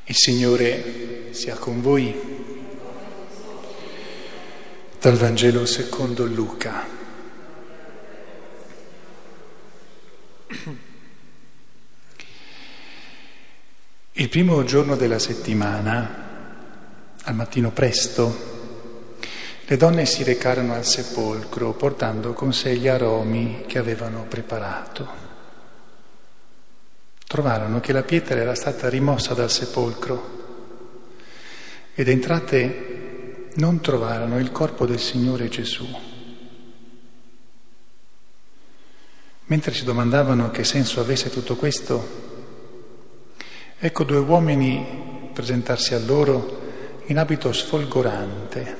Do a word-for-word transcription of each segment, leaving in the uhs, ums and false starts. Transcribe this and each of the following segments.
Il Signore sia con voi. Dal Vangelo secondo Luca. Il primo giorno della settimana, al mattino presto, le donne si recarono al sepolcro portando con sé gli aromi che avevano preparato. Trovarono che la pietra era stata rimossa dal sepolcro ed entrate non trovarono il corpo del Signore Gesù. Mentre si domandavano che senso avesse tutto questo, ecco due uomini presentarsi a loro in abito sfolgorante.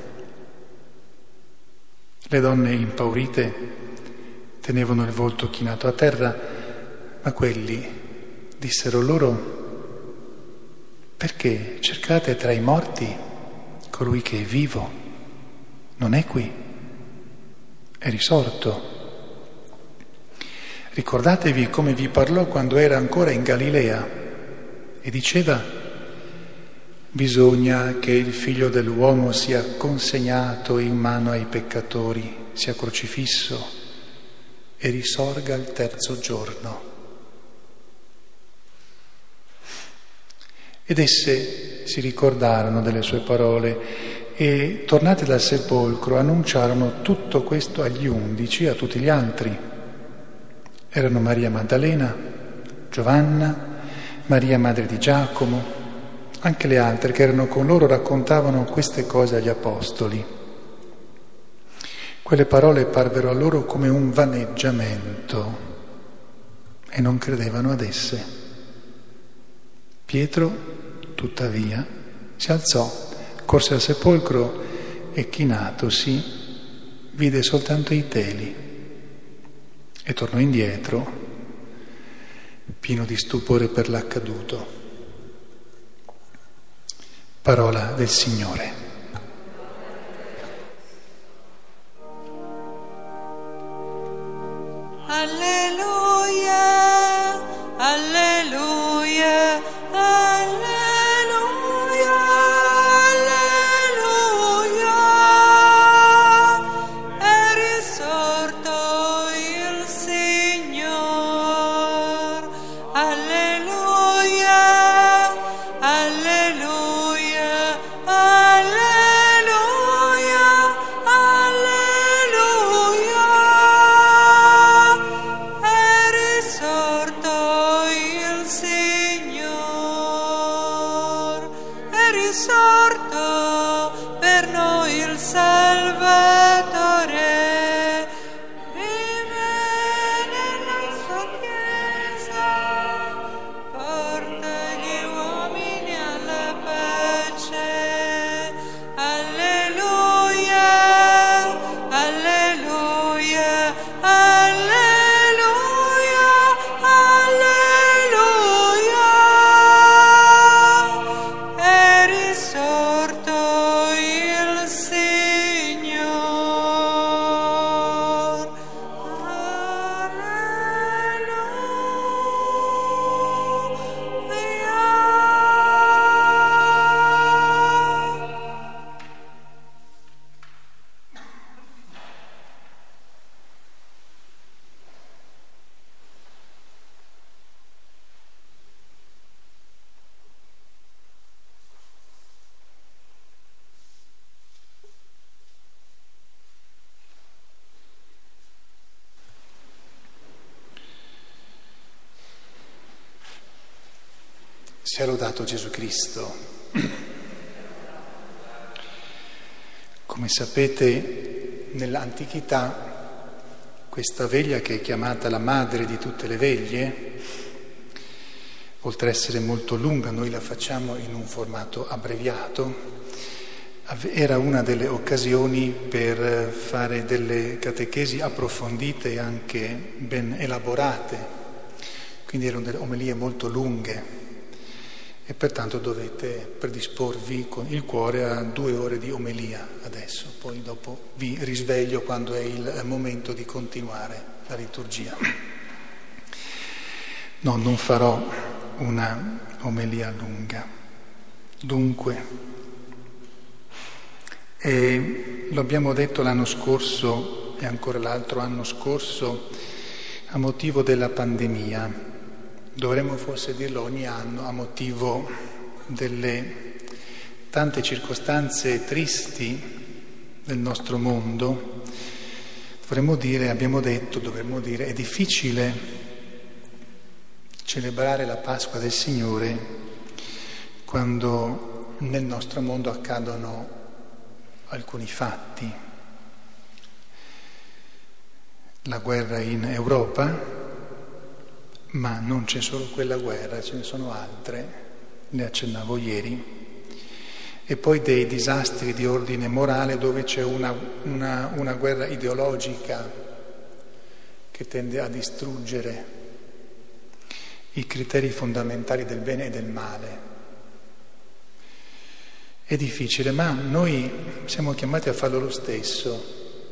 Le donne impaurite tenevano il volto chinato a terra, ma quelli dissero loro: perché cercate tra i morti colui che è vivo? Non è qui, è risorto. Ricordatevi come vi parlò quando era ancora in Galilea e diceva: bisogna che il figlio dell'uomo sia consegnato in mano ai peccatori, sia crocifisso e risorga il terzo giorno. Ed esse si ricordarono delle sue parole e, tornate dal sepolcro, annunciarono tutto questo agli undici e a tutti gli altri. Erano Maria Maddalena, Giovanna, Maria madre di Giacomo, anche le altre che erano con loro raccontavano queste cose agli apostoli. Quelle parole parvero a loro come un vaneggiamento e non credevano ad esse. Pietro, tuttavia, si alzò, corse al sepolcro e, chinatosi, vide soltanto i teli e tornò indietro, pieno di stupore per l'accaduto. Parola del Signore. Alleluia, alleluia, alleluia, alleluia, è risorto il Signor. Alleluia, alleluia, alleluia, alleluia, è risorto il Signor, è risorto per noi il Salvatore, vive nella sua Chiesa, porta gli uomini alla pace. Alleluia, alleluia, alleluia, alleluia, è risorto il Signor. Alleluia. Sia lodato Gesù Cristo. Come sapete, nell'antichità questa veglia, che è chiamata la madre di tutte le veglie, oltre ad essere molto lunga, noi la facciamo in un formato abbreviato, era una delle occasioni per fare delle catechesi approfondite e anche ben elaborate, quindi erano delle omelie molto lunghe. E pertanto dovete predisporvi con il cuore a due ore di omelia adesso, poi dopo vi risveglio quando è il momento di continuare la liturgia. No, non farò una omelia lunga. Dunque, e lo abbiamo detto l'anno scorso e ancora l'altro anno scorso a motivo della pandemia, dovremmo forse dirlo ogni anno a motivo delle tante circostanze tristi del nostro mondo, dovremmo dire, abbiamo detto, dovremmo dire, è difficile celebrare la Pasqua del Signore quando nel nostro mondo accadono alcuni fatti. La guerra in Europa, ma non c'è solo quella guerra, ce ne sono altre, ne accennavo ieri, e poi dei disastri di ordine morale dove c'è una, una, una guerra ideologica che tende a distruggere i criteri fondamentali del bene e del male. È difficile, ma noi siamo chiamati a farlo lo stesso.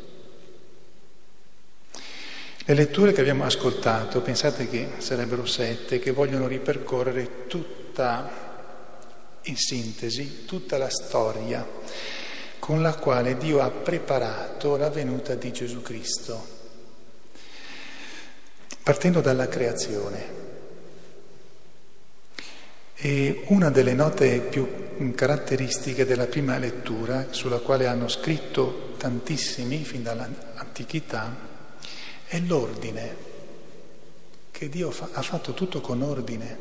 Le letture che abbiamo ascoltato, pensate che sarebbero sette, che vogliono ripercorrere tutta, in sintesi, tutta la storia con la quale Dio ha preparato la venuta di Gesù Cristo, partendo dalla creazione. E una delle note più caratteristiche della prima lettura, sulla quale hanno scritto tantissimi fin dall'antichità, è l'ordine, che Dio fa, ha fatto tutto con ordine,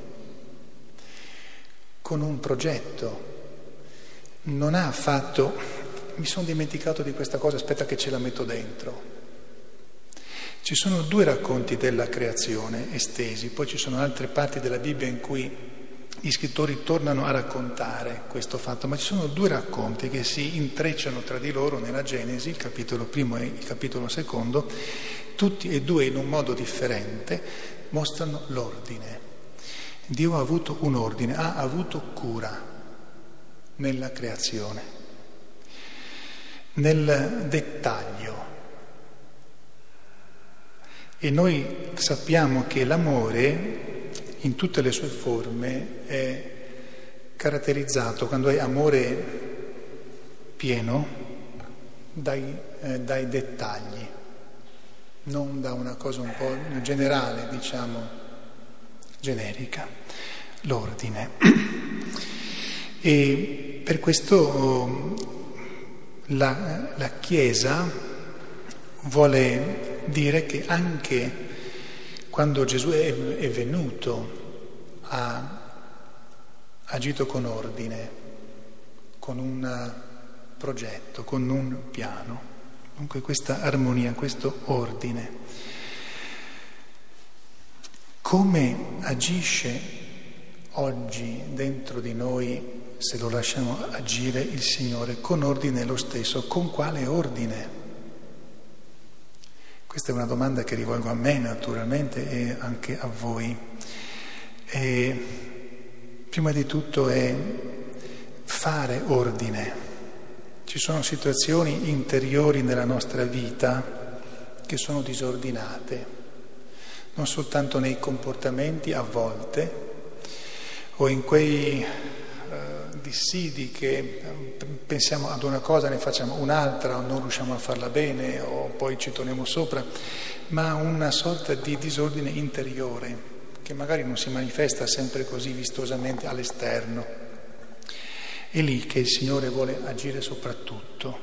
con un progetto. Non ha fatto, mi sono dimenticato di questa cosa, aspetta che ce la metto dentro. Ci sono due racconti della creazione estesi, poi ci sono altre parti della Bibbia in cui gli scrittori tornano a raccontare questo fatto, ma ci sono due racconti che si intrecciano tra di loro nella Genesi, il capitolo primo e il capitolo secondo, tutti e due in un modo differente mostrano l'ordine. Dio ha avuto un ordine, ha avuto cura nella creazione, nel dettaglio. E noi sappiamo che l'amore in tutte le sue forme è caratterizzato, quando è amore pieno, dai, eh, dai dettagli, non da una cosa un po' generale, diciamo, generica, l'ordine. E per questo la, la Chiesa vuole dire che anche quando Gesù è, è venuto, ha agito con ordine, con un progetto, con un piano. Dunque questa armonia, questo ordine. Come agisce oggi dentro di noi, se lo lasciamo agire il Signore, con ordine lo stesso? Con quale ordine? Questa è una domanda che rivolgo a me naturalmente e anche a voi. E prima di tutto è fare ordine. Ci sono situazioni interiori nella nostra vita che sono disordinate, non soltanto nei comportamenti a volte o in quei uh, dissidi che pensiamo ad una cosa, ne facciamo un'altra o non riusciamo a farla bene o poi ci torniamo sopra, ma una sorta di disordine interiore che magari non si manifesta sempre così vistosamente all'esterno. È lì che il Signore vuole agire soprattutto,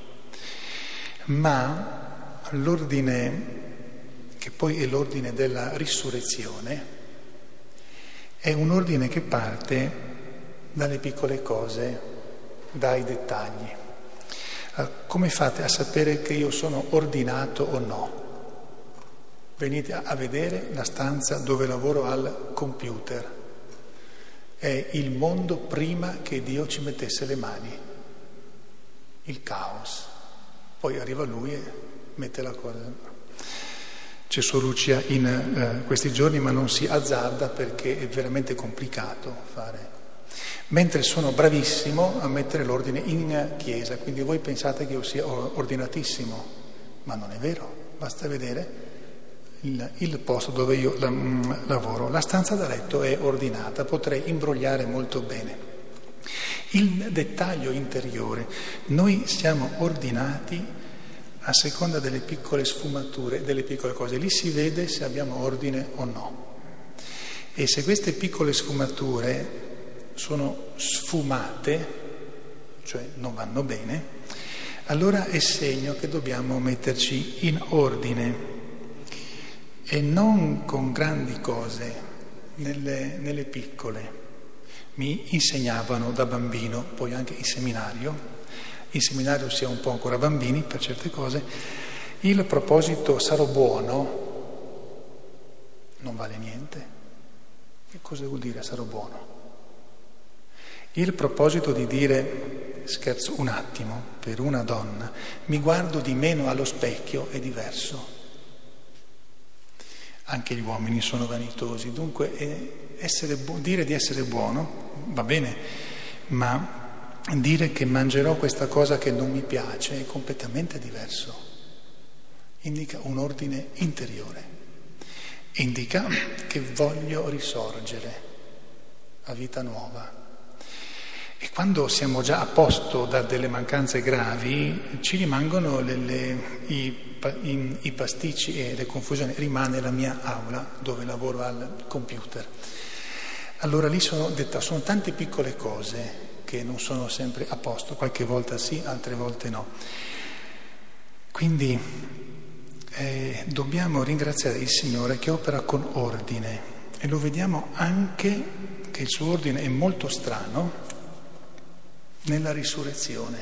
ma l'ordine, che poi è l'ordine della risurrezione, è un ordine che parte dalle piccole cose, dai dettagli. Come fate a sapere che io sono ordinato o no? Venite a vedere la stanza dove lavoro al computer. È il mondo prima che Dio ci mettesse le mani. Il caos. Poi arriva Lui e mette la cosa. C'è sua Lucia in eh, questi giorni, ma non si azzarda perché è veramente complicato fare. Mentre sono bravissimo a mettere l'ordine in chiesa, quindi voi pensate che io sia ordinatissimo, ma non è vero, basta vedere il, il posto dove io la, mh, lavoro. La stanza da letto è ordinata, potrei imbrogliare molto bene. il dettaglio interiore. Noi siamo ordinati a seconda delle piccole sfumature, delle piccole cose. Lì si vede se abbiamo ordine o no. E se queste piccole sfumature sono sfumate, cioè non vanno bene, allora è segno che dobbiamo metterci in ordine e non con grandi cose, nelle, nelle piccole. Mi insegnavano da bambino, poi anche in seminario, in seminario si è un po' ancora bambini per certe cose, il proposito sarò buono non vale niente. Che cosa vuol dire sarò buono? Il proposito di dire, scherzo un attimo, per una donna, mi guardo di meno allo specchio è diverso. Anche gli uomini sono vanitosi, dunque eh, essere bu- dire di essere buono va bene, ma dire che mangerò questa cosa che non mi piace è completamente diverso. Indica un ordine interiore, indica che voglio risorgere a vita nuova. E quando siamo già a posto da delle mancanze gravi, ci rimangono le, le, i, i, i pasticci e le confusioni, rimane la mia aula dove lavoro al computer. Allora lì sono, detta, sono tante piccole cose che non sono sempre a posto, qualche volta sì, altre volte no. Quindi eh, dobbiamo ringraziare il Signore che opera con ordine e lo vediamo anche che il suo ordine è molto strano nella risurrezione.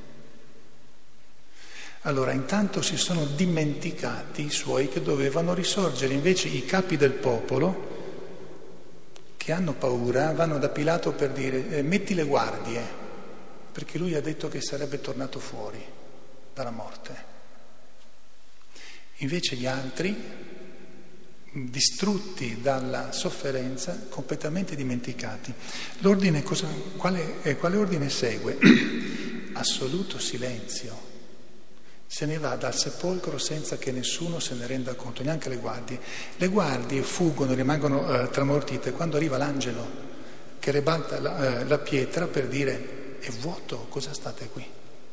Allora, intanto si sono dimenticati i suoi che dovevano risorgere, invece i capi del popolo che hanno paura vanno da Pilato per dire eh, metti le guardie, perché lui ha detto che sarebbe tornato fuori dalla morte. Invece gli altri, distrutti dalla sofferenza, completamente dimenticati. L'ordine cosa, quale, eh, quale ordine segue? Assoluto silenzio. Se ne va dal sepolcro senza che nessuno se ne renda conto, neanche le guardie. Le guardie fuggono, rimangono eh, tramortite quando arriva l'angelo che ribalta la, eh, la pietra per dire è vuoto, cosa state qui?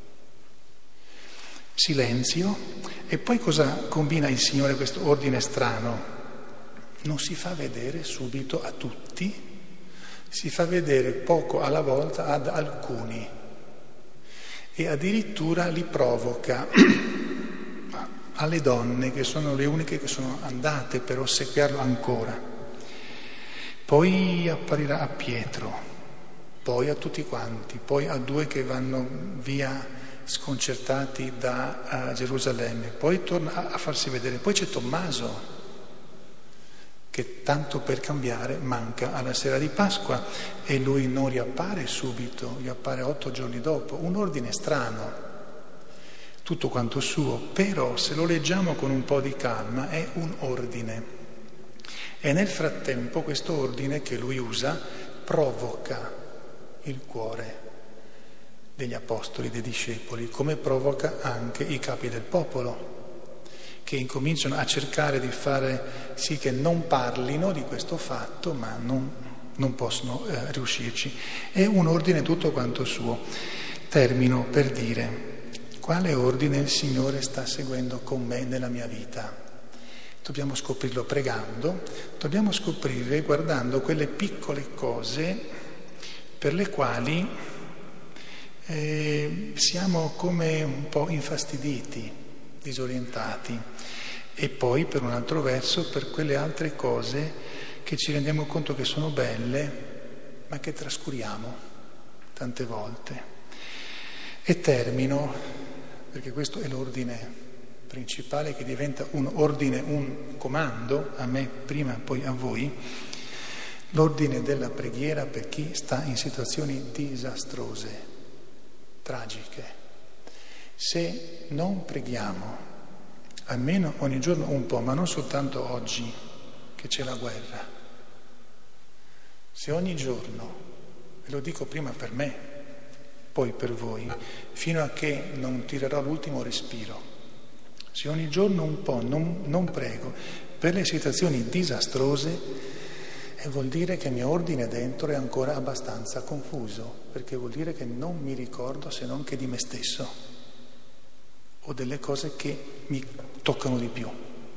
Silenzio. E poi cosa combina il Signore questo ordine strano? Non si fa vedere subito a tutti, si fa vedere poco alla volta ad alcuni e addirittura li provoca alle donne che sono le uniche che sono andate per ossequiarlo ancora. Poi apparirà a Pietro, poi a tutti quanti, poi a due che vanno via sconcertati da Gerusalemme, poi torna a farsi vedere, poi c'è Tommaso che tanto per cambiare manca alla sera di Pasqua e lui non riappare subito, riappare otto giorni dopo, un ordine strano, tutto quanto suo, però se lo leggiamo con un po' di calma è un ordine e nel frattempo questo ordine che lui usa provoca il cuore degli apostoli, dei discepoli, come provoca anche i capi del popolo, che incominciano a cercare di fare sì che non parlino di questo fatto, ma non, non possono eh, riuscirci. È un ordine tutto quanto suo. Termino per dire quale ordine il Signore sta seguendo con me nella mia vita. Dobbiamo scoprirlo pregando, dobbiamo scoprire guardando quelle piccole cose per le quali eh, siamo come un po' infastiditi, disorientati, e poi per un altro verso per quelle altre cose che ci rendiamo conto che sono belle ma che trascuriamo tante volte. E termino, perché questo è l'ordine principale che diventa un ordine, un comando a me prima poi a voi, l'ordine della preghiera per chi sta in situazioni disastrose, tragiche. Se non preghiamo, almeno ogni giorno un po', ma non soltanto oggi che c'è la guerra, se ogni giorno, ve lo dico prima per me, poi per voi, fino a che non tirerò l'ultimo respiro, se ogni giorno un po' non, non prego per le situazioni disastrose, E vuol dire che il mio ordine dentro è ancora abbastanza confuso, perché vuol dire che non mi ricordo se non che di me stesso o delle cose che mi toccano di più.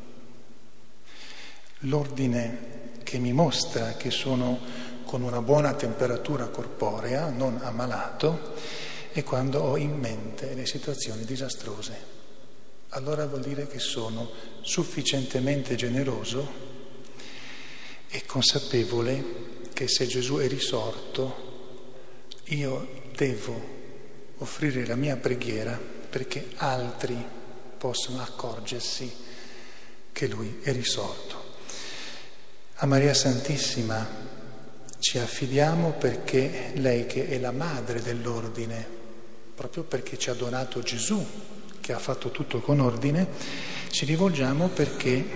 L'ordine che mi mostra che sono con una buona temperatura corporea, non ammalato, è quando ho in mente le situazioni disastrose. Allora vuol dire che sono sufficientemente generoso e consapevole che se Gesù è risorto, io devo offrire la mia preghiera perché altri possano accorgersi che Lui è risorto. A Maria Santissima ci affidiamo perché lei, che è la madre dell'ordine, proprio perché ci ha donato Gesù, che ha fatto tutto con ordine, ci rivolgiamo perché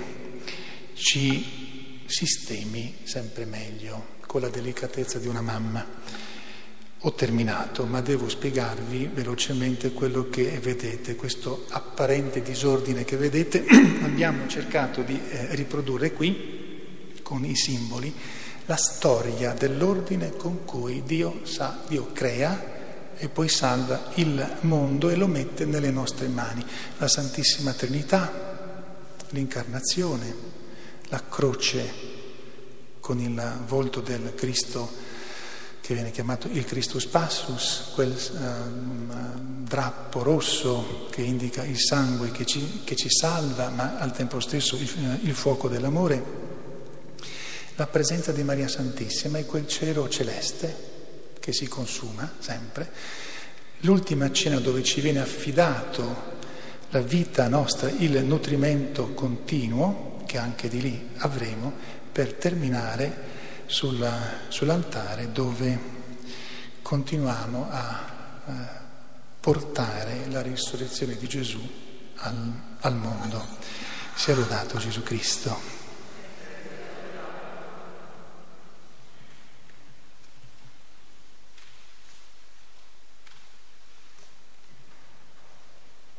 ci sistemi sempre meglio, con la delicatezza di una mamma. Ho terminato, ma devo spiegarvi velocemente quello che vedete, questo apparente disordine che vedete. Abbiamo cercato di eh, riprodurre qui, con i simboli, la storia dell'ordine con cui Dio sa, Dio crea e poi salva il mondo e lo mette nelle nostre mani. La Santissima Trinità, l'incarnazione, la croce con il volto del Cristo che viene chiamato il Christus Passus, quel uh, drappo rosso che indica il sangue che ci, che ci salva, ma al tempo stesso il, il fuoco dell'amore, la presenza di Maria Santissima e quel cielo celeste che si consuma sempre, l'ultima cena dove ci viene affidato la vita nostra, il nutrimento continuo, che anche di lì avremo, per terminare sulla, sull'altare dove continuiamo a, a portare la risurrezione di Gesù al, al mondo. Sia lodato Gesù Cristo.